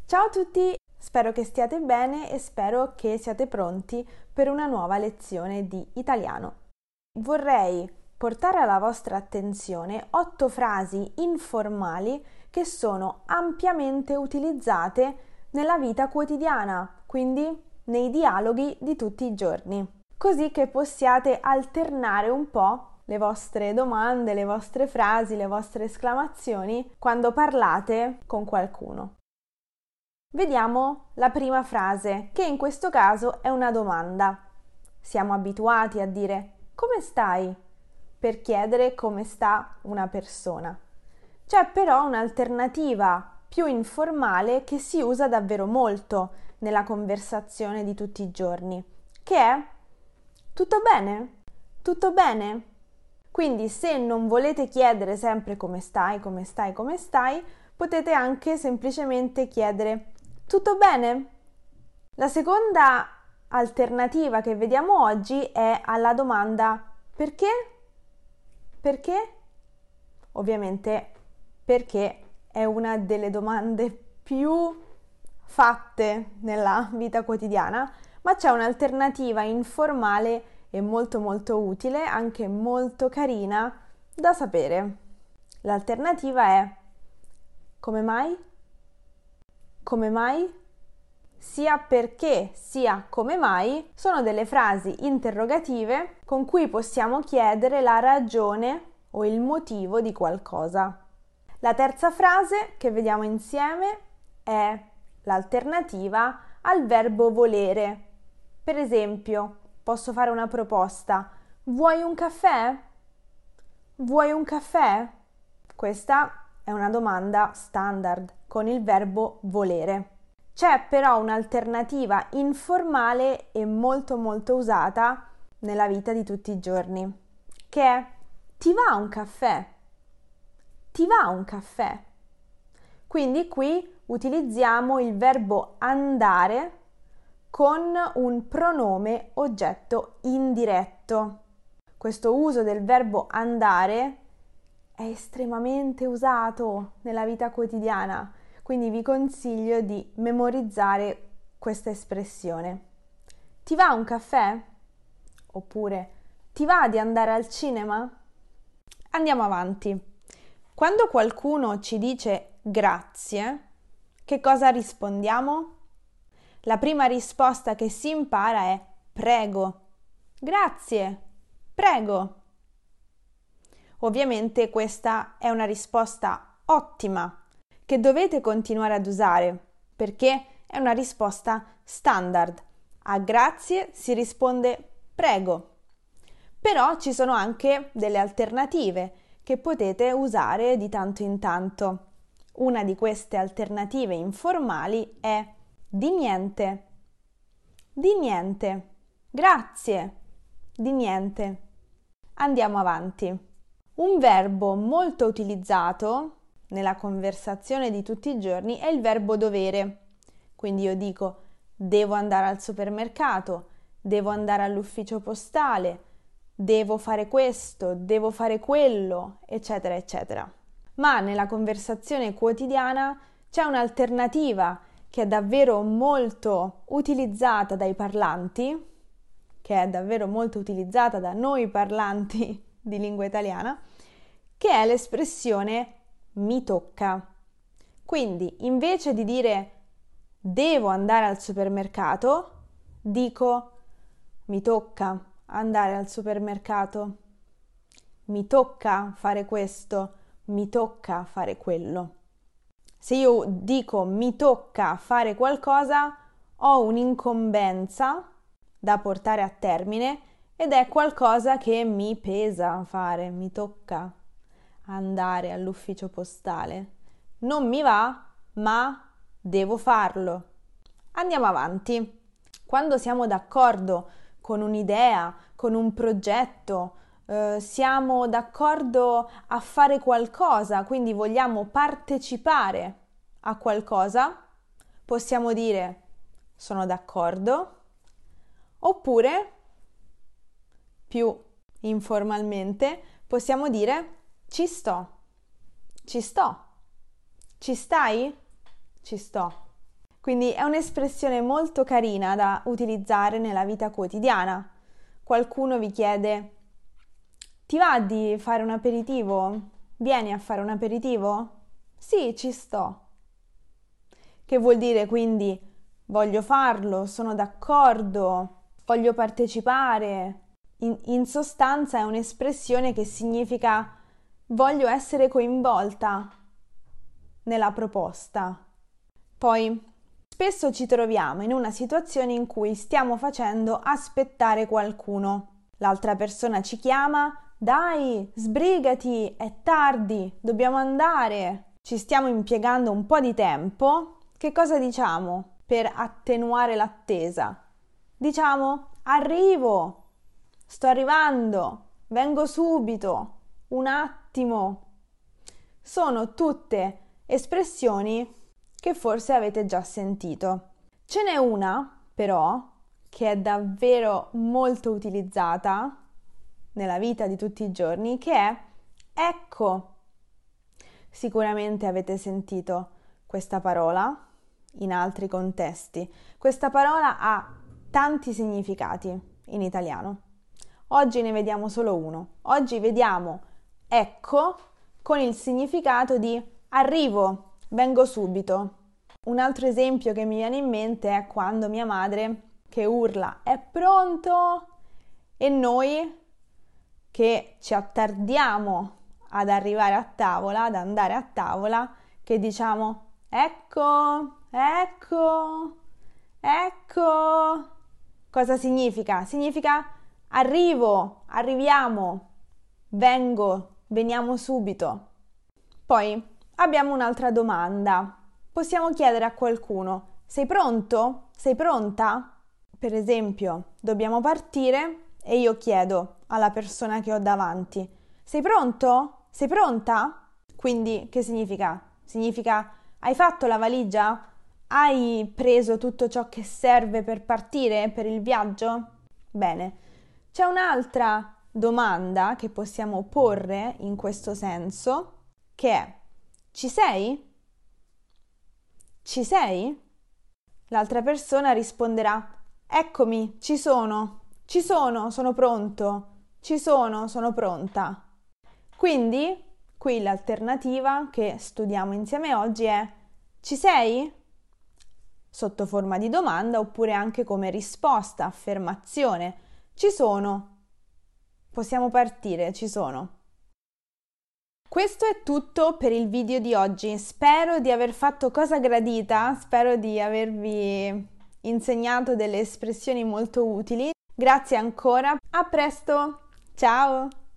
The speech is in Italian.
Ciao a tutti, spero che stiate bene e spero che siate pronti per una nuova lezione di italiano. Vorrei portare alla vostra attenzione 8 frasi informali che sono ampiamente utilizzate nella vita quotidiana, quindi nei dialoghi di tutti i giorni, così che possiate alternare un po' le vostre domande, le vostre frasi, le vostre esclamazioni quando parlate con qualcuno. Vediamo la prima frase, che in questo caso è una domanda. Siamo abituati a dire come stai? Per chiedere come sta una persona. C'è però un'alternativa più informale che si usa davvero molto nella conversazione di tutti i giorni, che è tutto bene? Tutto bene? Quindi se non volete chiedere sempre come stai, potete anche semplicemente chiedere tutto bene? La seconda alternativa che vediamo oggi è alla domanda perché? Perché? Ovviamente perché è una delle domande più fatte nella vita quotidiana, ma c'è un'alternativa informale e molto utile, anche molto carina da sapere. L'alternativa è come mai? Come mai? Sia perché sia come mai sono delle frasi interrogative con cui possiamo chiedere la ragione o il motivo di qualcosa. La terza frase che vediamo insieme è l'alternativa al verbo volere. Per esempio, posso fare una proposta. Vuoi un caffè? Vuoi un caffè? Questa è una domanda standard con il verbo volere. C'è però un'alternativa informale e molto usata nella vita di tutti i giorni, che è ti va un caffè? Ti va un caffè? Quindi qui utilizziamo il verbo andare con un pronome oggetto indiretto. Questo uso del verbo andare è estremamente usato nella vita quotidiana, quindi vi consiglio di memorizzare questa espressione. Ti va un caffè? Oppure ti va di andare al cinema? Andiamo avanti. Quando qualcuno ci dice grazie, che cosa rispondiamo? La prima risposta che si impara è prego. Grazie. Prego. Ovviamente questa è una risposta ottima che dovete continuare ad usare perché è una risposta standard. A grazie si risponde prego. Però ci sono anche delle alternative che potete usare di tanto in tanto. Una di queste alternative informali è di niente. Di niente. Grazie. Di niente. Andiamo avanti. Un verbo molto utilizzato nella conversazione di tutti i giorni è il verbo dovere. Quindi io dico devo andare al supermercato, devo andare all'ufficio postale, devo fare questo, devo fare quello, eccetera, eccetera. Ma nella conversazione quotidiana c'è un'alternativa che è davvero molto utilizzata dai parlanti, che è davvero molto utilizzata da noi parlanti di lingua italiana, che è l'espressione mi tocca. Quindi invece di dire devo andare al supermercato, dico mi tocca andare al supermercato, mi tocca fare questo, mi tocca fare quello. Se io dico mi tocca fare qualcosa, ho un'incombenza da portare a termine ed è qualcosa che mi pesa fare, mi tocca andare all'ufficio postale. Non mi va, ma devo farlo. Andiamo avanti. Quando siamo d'accordo con un'idea, con un progetto, siamo d'accordo a fare qualcosa, quindi vogliamo partecipare a qualcosa, possiamo dire sono d'accordo, oppure più informalmente possiamo dire ci sto, ci sto, ci stai, ci sto. Quindi è un'espressione molto carina da utilizzare nella vita quotidiana. Qualcuno vi chiede: ti va di fare un aperitivo? Vieni a fare un aperitivo? Sì, ci sto. Che vuol dire quindi voglio farlo, sono d'accordo, voglio partecipare. In sostanza è un'espressione che significa voglio essere coinvolta nella proposta. Poi spesso ci troviamo in una situazione in cui stiamo facendo aspettare qualcuno. L'altra persona ci chiama: dai, sbrigati, è tardi, dobbiamo andare. Ci stiamo impiegando un po' di tempo. Che cosa diciamo per attenuare l'attesa? Diciamo: arrivo, sto arrivando, vengo subito, un attimo. Sono tutte espressioni che forse avete già sentito. Ce n'è una, però, che è davvero molto utilizzata nella vita di tutti i giorni, che è ecco. Sicuramente avete sentito questa parola in altri contesti. Questa parola ha tanti significati in italiano. Oggi ne vediamo solo uno. Oggi vediamo ecco con il significato di arrivo, vengo subito. Un altro esempio che mi viene in mente è quando mia madre che urla è pronto e noi che ci attardiamo ad arrivare a tavola, ad andare a tavola, che diciamo ecco, ecco, ecco. Cosa significa? Significa arrivo, arriviamo, vengo, veniamo subito. Poi abbiamo un'altra domanda. Possiamo chiedere a qualcuno: sei pronto? Sei pronta? Per esempio, dobbiamo partire e io chiedo alla persona che ho davanti: sei pronto? Sei pronta? Quindi che significa? Significa: hai fatto la valigia? Hai preso tutto ciò che serve per partire per il viaggio? Bene, c'è un'altra domanda che possiamo porre in questo senso, che è: ci sei? Ci sei? L'altra persona risponderà: eccomi, ci sono, sono pronto, sono pronta. Quindi, qui l'alternativa che studiamo insieme oggi è: ci sei? Sotto forma di domanda oppure anche come risposta, affermazione. Ci sono. Possiamo partire, ci sono. Questo è tutto per il video di oggi. Spero di aver fatto cosa gradita, spero di avervi insegnato delle espressioni molto utili. Grazie ancora, a presto, ciao!